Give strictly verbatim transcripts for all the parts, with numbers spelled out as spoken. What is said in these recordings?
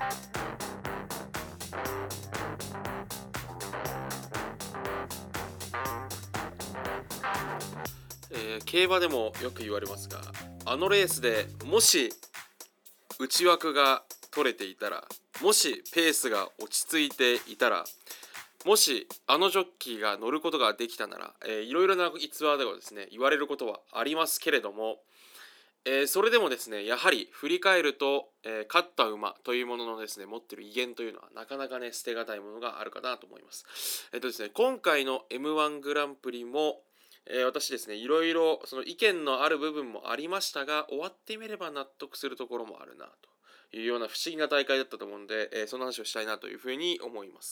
えー競馬でもよく言われますが、あのレースでもし内枠が取れていたら、もしペースが落ち着いていたら、もしあのジョッキーが乗ることができたなら、えーいろいろな逸話ではですね言われることはありますけれども、えーそれでもですねやはり振り返ると、えー勝った馬というもののですね持ってる威厳というのはなかなかね捨てがたいものがあるかなと思います。えっとですね今回の エムワン グランプリも、えー私ですねいろいろその意見のある部分もありましたが、終わってみれば納得するところもあるなというような不思議な大会だったと思うので、えーその話をしたいなというふうに思います。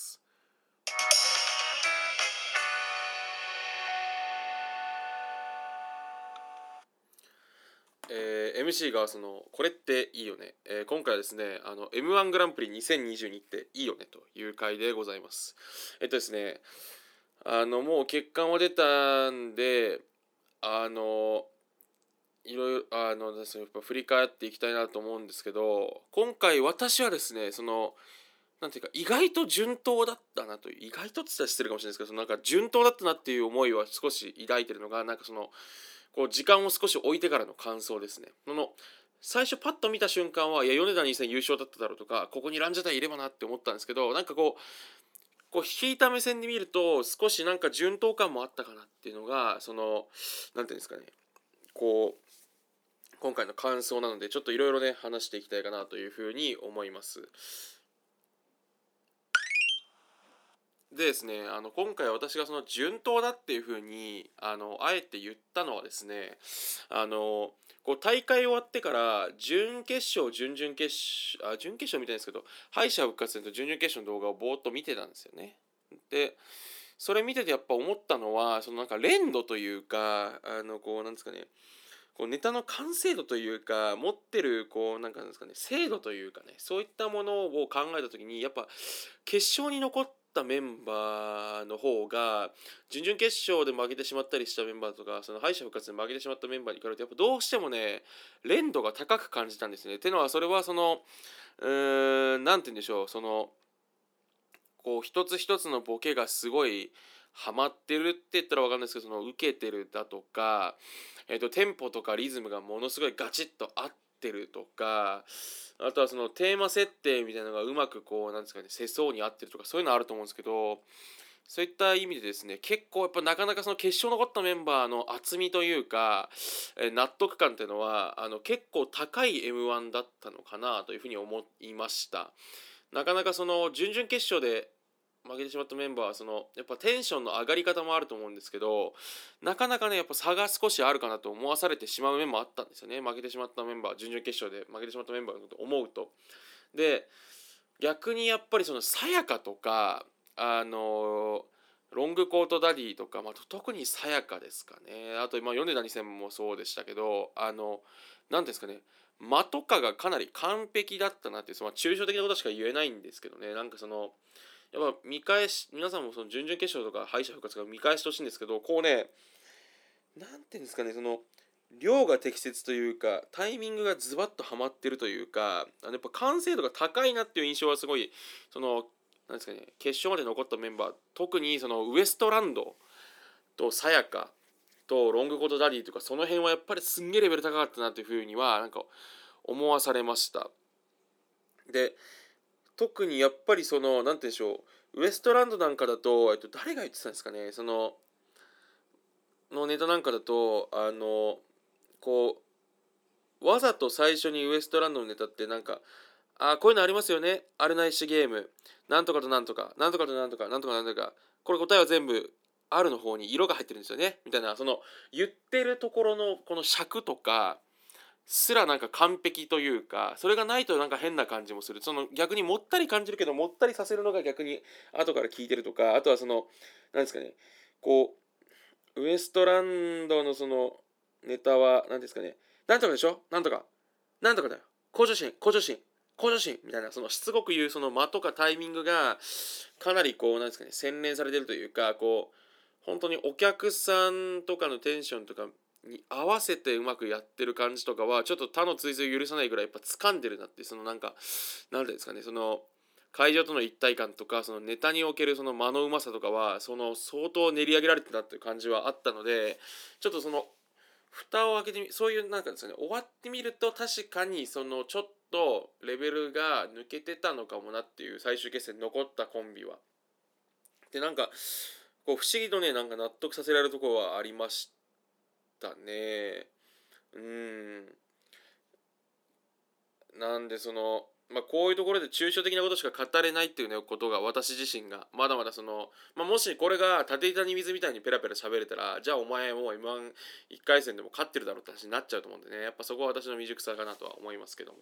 えー エムシー がそのこれっていいよね、えー今回はですねあの エムワン グランプリにせんにじゅうにっていいよねという回でございます。えっとですねあのもう結果は出たんで、あのいろいろあのですねやっぱ振り返っていきたいなと思うんですけど、今回私はですねそのなんていうか意外と順当だったなという、意外とって言ったら失礼かもしれないですけど、そのなんか順当だったなっていう思いは少し抱いてるのが、なんかそのこう時間を少し置いてからの感想ですね。その最初パッと見た瞬間は、いや米田にせん優勝だっただろうとか、ここにランジャタイいればなって思ったんですけど、なんかこうこう引いた目線で見ると少しなんか順当感もあったかなっていうのが、そのなんていうんですかね、こう今回の感想なので、ちょっといろいろね話していきたいかなというふうに思います。でですね、あの今回私がその順当だっていうふうにあのあえて言ったのはですね、あのこう大会終わってから準決勝準々決勝あ準決勝みたいですけど、敗者復活戦と準々決勝の動画をぼーっと見てたんですよね。でそれ見ててやっぱ思ったのは、そのなんか連度というか、あのこうなんですかね、こうネタの完成度というか、持ってるこうなんかなんですかね、精度というかね、そういったものを考えた時に、やっぱ決勝に残ったメンバーの方が、準々決勝で負けてしまったりしたメンバーとか、その敗者復活で負けてしまったメンバーに比べると、やっぱどうしてもね、連度が高く感じたんですね。ってのは、それはその、うーん、なんて言うんでしょう、その、こう一つ一つのボケがすごいハマってるって言ったら分かんないですけど、その受けてるだとか、えっとテンポとかリズムがものすごいガチッと合ってるとか、あとはそのテーマ設定みたいなのがうまくこうなんですかね、世相に合ってるとか、そういうのあると思うんですけど、そういった意味でですね、結構やっぱなかなかその決勝残ったメンバーの厚みというか、え納得感っていうのはあの結構高い エムワン だったのかなというふうに思いました。なかなかその準々決勝で負けてしまったメンバーはそのやっぱテンションの上がり方もあると思うんですけど、なかなかねやっぱ差が少しあるかなと思わされてしまう面もあったんですよね。負けてしまったメンバー、準々決勝で負けてしまったメンバーのことを思うと。で逆にやっぱりそのさやかとかあのロングコートダディとか、まあ、特にさやかですかね。あと、まあ、米田にせんもそうでしたけど、あの何ですかね、間とかがかなり完璧だったなっていう、そのまあ抽象的なことしか言えないんですけどね。なんかそのやっぱ見返し、皆さんもその準々決勝とか敗者復活が見返してほしいんですけど、こうね、なんていうんですかね、その量が適切というか、タイミングがズバッとはまってるというか、あのやっぱ完成度が高いなっていう印象はすごい、そのなんですかね、決勝まで残ったメンバー、特にそのウエストランドとさやかとロングコートダディとか、その辺はやっぱりすんげえレベル高かったなというふうにはなんか思わされました。で特にやっぱりそのなんて言うんでしょう、ウエストランドなんかだと、えっと、誰が言ってたんですかね、そののネタなんかだと、あのこうわざと最初にウエストランドのネタってなんか、あーこういうのありますよね、あるないしゲーム、なんとかとなんとかなんとかとなんとかなんとかなんとか、これ答えは全部あるの方に色が入ってるんですよねみたいな、その言ってるところのこの尺とかすらなんか完璧というか、それがないとなんか変な感じもする。その逆にもったり感じるけど、もったりさせるのが逆に後から聞いてるとか、あとはその、なんですかね、こう、ウエストランドのそのネタは、なんですかね、なんとかでしょなんとか、なんとかだよ。向上心、向上心、向上心みたいな、そのしつこく言うその間とかタイミングが、かなりこう、なんですかね、洗練されてるというか、こう、本当にお客さんとかのテンションとかに合わせてうまくやってる感じとかはちょっと他の追随を許さないぐらいやっぱ掴んでるなって、そのなんかなんていうんですかね、その会場との一体感とかそのネタにおけるその間のうまさとかはその相当練り上げられてたっていう感じはあったので、ちょっとその蓋を開けてみそういうなんかですね、終わってみると確かにそのちょっとレベルが抜けてたのかもなっていう、最終決戦残ったコンビは。でなんかこう不思議とね、なんか納得させられるところはありましたね。うーん。なんでその、まあ、こういうところで抽象的なことしか語れないっていうね、ことが私自身が、まだまだその、まあ、もしこれが縦板に水みたいにペラペラ喋れたら、じゃあお前もう エムワンいっかい戦でも勝ってるだろうって話になっちゃうと思うんでね、やっぱそこは私の未熟さかなとは思いますけども。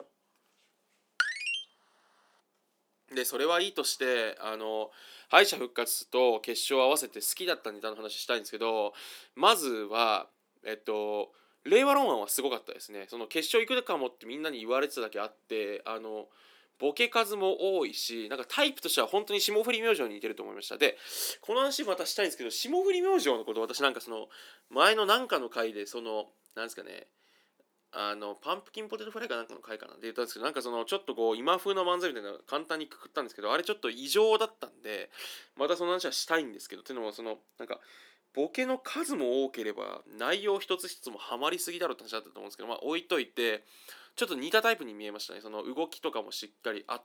で、それはいいとして、あの、敗者復活と決勝を合わせて好きだったネタの話したいんですけど、まずは、えっと、令和ロマンはすごかったですね。その決勝行くかもってみんなに言われてただけあって、あの、ボケ数も多いし、なんかタイプとしては本当に霜降り明星に似てると思いました。で、この話またしたいんですけど、霜降り明星のこと私なんかその、前のなんかの回で、その、なんですかね、あの、パンプキンポテトフライかなんかの回かなで言ったんですけど、なんかその、ちょっとこう、今風の漫才みたいなの簡単にくくったんですけど、あれちょっと異常だったんで、またその話はしたいんですけど、っていうのも、その、なんか、ボケの数も多ければ、内容一つ一つもハマりすぎだろって話だったと思うんですけど、まあ置いといて、ちょっと似たタイプに見えましたね。その動きとかもしっかりあって、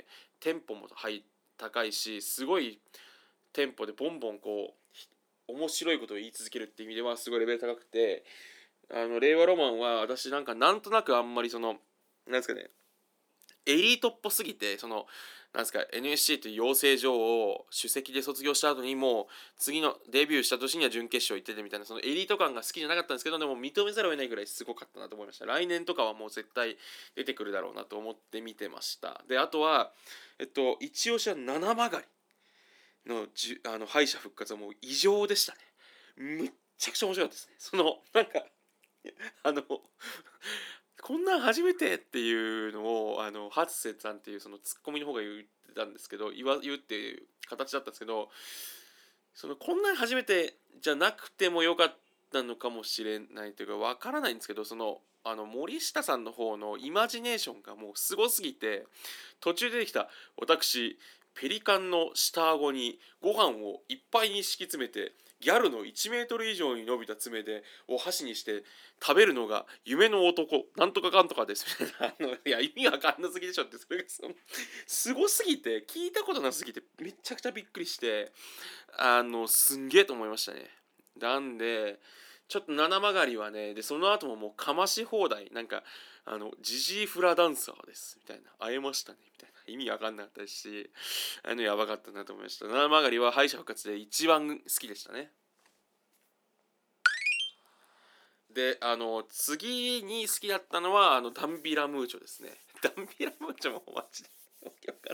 テンポもはい高いし、すごいテンポでボンボンこう、面白いことを言い続けるっていう意味ではすごいレベル高くて、あの、令和ロマンは私なんかなんとなくあんまりその、なんですかね、エリートっぽすぎて、その、なんですか、エヌエスシー という養成所を首席で卒業した後にもう、次のデビューした年には準決勝行っててみたいな、そのエリート感が好きじゃなかったんですけど、でも認めざるを得ないぐらいすごかったなと思いました。来年とかはもう絶対出てくるだろうなと思って見てました。で、あとは、えっと、一押しは七曲りのじゅあの敗者復活はもう異常でしたね。めっちゃくちゃ面白かったですね。その、なんかあのこんなん初めてっていうのを、あの、初瀬さんっていうそのツッコミの方が言ってたんですけど、言わ言うっていう形だったんですけど、そのこんなん初めてじゃなくてもよかったのかもしれないというか、わからないんですけど、その、あの、森下さんの方のイマジネーションがもうすごすぎて、途中出てきた私、ペリカンの下顎にご飯をいっぱいに敷き詰めて、ギャルのいちメートル以上に伸びた爪でを箸にして食べるのが夢の男なんとかかんとかですみたいな、あのいや意味わかんなすぎでしょって、それがそのすごすぎて聞いたことなすぎてめちゃくちゃびっくりして、あのすんげえと思いましたね。なんでちょっと七曲りはね、でその後ももうかまし放題なんか、あのジジイフラダンサーですみたいな、会えましたねみたいな、意味わかんなかったですし、あのやばかったなと思いました。七曲りは敗者復活で一番好きでしたね。で、あの、次に好きだったのは、あの、ダンビラムーチョですね。ダンビラムーチョもマジでわけわかんない。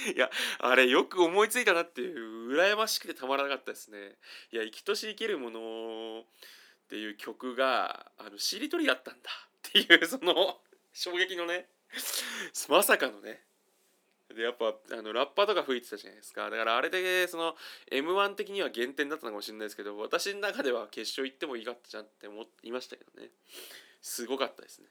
いや、あれよく思いついたなっていう、羨ましくてたまらなかったですね。いや、生きとし生けるものっていう曲が、あの、しりとりだったんだっていう、その、衝撃のね、まさかのね、で、やっぱ、あの、ラッパーとか吹いてたじゃないですか。だからあれで、その、エムワン 的には減点だったのかもしれないですけど、私の中では決勝行ってもいいかったじゃんって思いましたけどね。すごかったですね。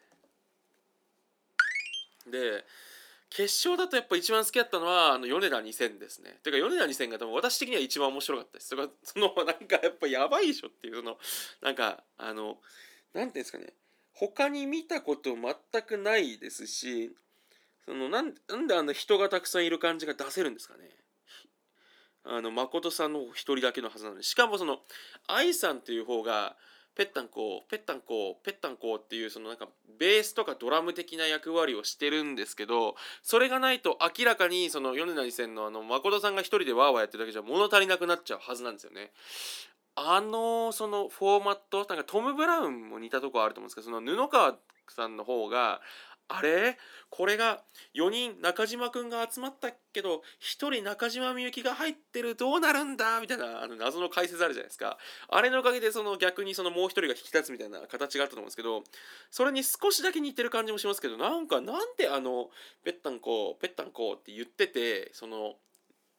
で、決勝だとやっぱ一番好きだったのは、あの、米田にせんですね。てか、米田にせんが多分私的には一番面白かったです。それが、その、なんかやっぱやばいでしょっていう、その、なんか、あの、なんていうんですかね。他に見たこと全くないですし、そのなんなんであんな人がたくさんいる感じが出せるんですかね。あの誠さんの一人だけのはずなのに、しかもその愛さんっていう方がペッタンコーペッタンコーペッタンコーっていうそのなんかベースとかドラム的な役割をしてるんですけど、それがないと明らかにその米田二千のあの誠さんが一人でワーワーやってるだけじゃ物足りなくなっちゃうはずなんですよね。あのそのフォーマット、なんかトム・ブラウンも似たとこあると思うんですけど、その布川さんの方が、あれこれがよにん中島くんが集まったけどひとり中島みゆきが入ってる、どうなるんだみたいな、あの謎の解説あるじゃないですか。あれのおかげでその逆にそのもう一人が引き立つみたいな形があったと思うんですけど、それに少しだけ似てる感じもしますけど、なんかなんであのペッタンコペッタンコって言ってて、その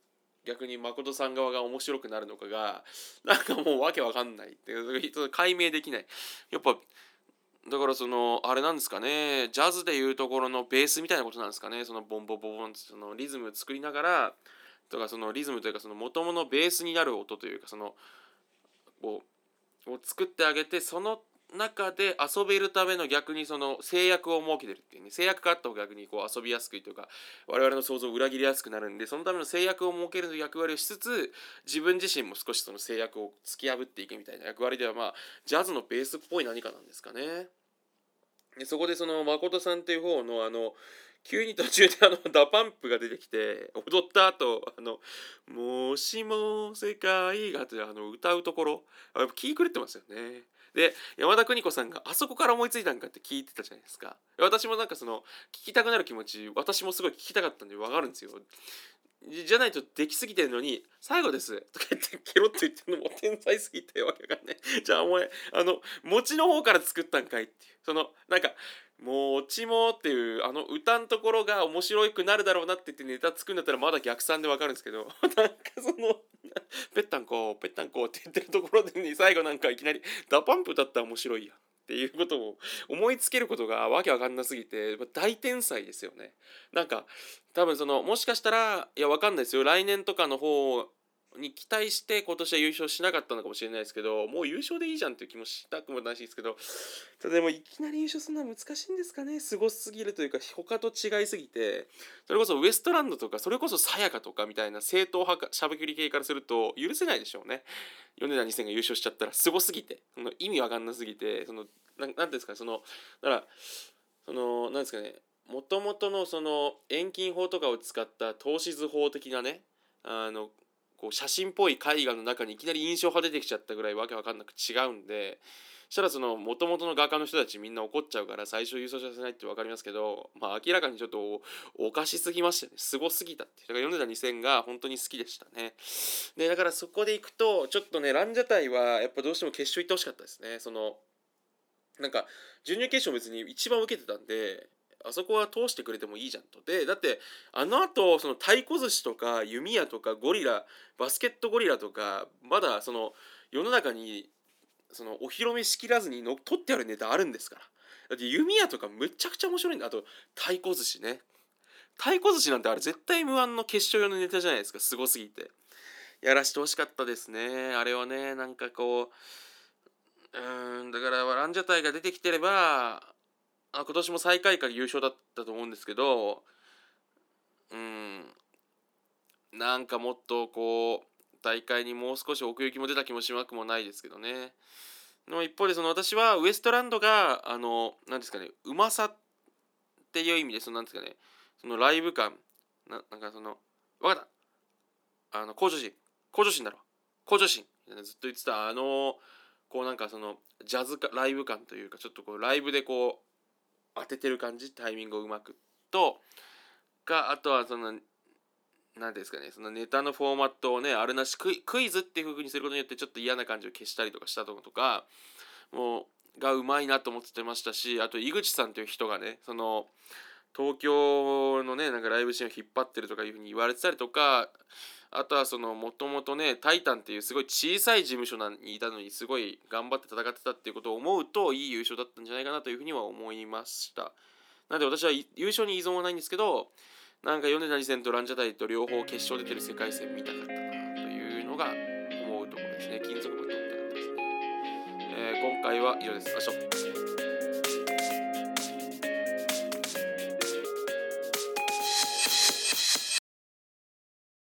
逆に誠さん側が面白くなるのかがなんかもうわけわかんないっていう解明できない。やっぱだからそのあれなんですかね、ジャズでいうところのベースみたいなことなんですかね。そのボンボンボンボンってそのリズム作りながらとか、そのリズムというかその元々のベースになる音というか、そのこうを作ってあげて、その中で遊べるための逆にその制約を設けてるっていうね、制約があった方が逆にこう遊びやすくというか、我々の想像を裏切りやすくなるんで、そのための制約を設ける役割をしつつ、自分自身も少しその制約を突き破っていくみたいな役割では、まあジャズのベースっぽい何かなんですかね。でそこでその誠さんっていう方のあの急に途中であのダパンプが出てきて踊った後あの「もしも世界が」ってあの歌うところ、あやっぱ気狂ってますよね。で山田邦子さんがあそこから思いついたんかって聞いてたじゃないですか。私もなんかその聞きたくなる気持ち、私もすごい聞きたかったんでわかるんですよ。じゃないとできすぎてるのに「最後です」とか言ってケロッと言ってるのも天才すぎてわけわかんない。じゃあお前あの餅の方から作ったんかいっていう、そのなんか「もちも」っていうあの歌のところが面白くなるだろうなって言ってネタ作るんだったらまだ逆算でわかるんですけどなんかその「ぺったんこぺったんこ」って言ってるところで、ね、最後なんかいきなり「ダパンプだったら面白いやん」っていうことを思いつけることがわけわかんなすぎて大天才ですよね。なんか多分そのもしかしたらいやわかんないですよ、来年とかの方に期待して今年は優勝しなかったのかもしれないですけど、もう優勝でいいじゃんっていう気もしたくもないしですけど、ただでもいきなり優勝するのは難しいんですかね。すごすぎるというか他と違いすぎて、それこそウエストランドとかそれこそさやかとかみたいな正統派かしゃべくり系からすると許せないでしょうね。米田にせんが優勝しちゃったらすごすぎて、その意味わかんなすぎて、そのなんなんていうんですかね、そのだからそのなんですかね、もともとのその遠近法とかを使った透視図法的なね、あのこう写真っぽい絵画の中にいきなり印象派出てきちゃったぐらいわけわかんなく違うんで、そしたらその元々の画家の人たちみんな怒っちゃうから最初優勝させないってわかりますけど、まあ明らかにちょっとおおかしすぎましたね。すごすぎたって。だから米田にせんが本当に好きでしたね。でだからそこでいくとちょっとねランジャタイはやっぱどうしても決勝行ってほしかったですね。そのなんか準々決勝別に一番受けてたんで、あそこは通してくれてもいいじゃんと。でだってあのあとその太鼓寿司とか弓矢とかゴリラバスケットゴリラとかまだその世の中にそのお披露目しきらずにの取ってあるネタあるんですから。だって弓矢とかむちゃくちゃ面白いんだ。あと太鼓寿司ね。太鼓寿司なんてあれ絶対 エムワン の決勝用のネタじゃないですか。すごすぎて。やらしてほしかったですね。あれはね、なんかこう、うーん、だからランジャタイが出てきてれば、あ、今年も最下位から優勝だったと思うんですけど、うーん、なんかもっとこう、大会にもう少し奥行きも出た気もしなくもないですけどね。の一方でその私はウエストランドがあのなんですかね、うまさっていう意味でそのなんですかね、そのライブ感ななんかそのわかったあの向上心向上心だろ向上心みたいなずっと言ってたあのこうなんかそのジャズかライブ感というかちょっとこうライブでこう当ててる感じタイミングをうまくとかあとはそのなんですかね、そのネタのフォーマットをね、あるなしクイクイズっていう風にすることによってちょっと嫌な感じを消したりとかしたとことか、もうがうまいなと思ってましたし、あと井口さんという人がね、その東京のね、なんかライブシーンを引っ張ってるとかいう風に言われてたりとか、あとはそのもともとね、タイタンっていうすごい小さい事務所にいたのにすごい頑張って戦ってたっていうことを思うといい優勝だったんじゃないかなというふうには思いました。なので私は優勝に依存はないんですけど、なんか米田二戦とランジャタイと両方決勝出てる世界戦見たかったなというのが思うところですね。金属バットみたいだったですね。えー今回は以上です。あしょ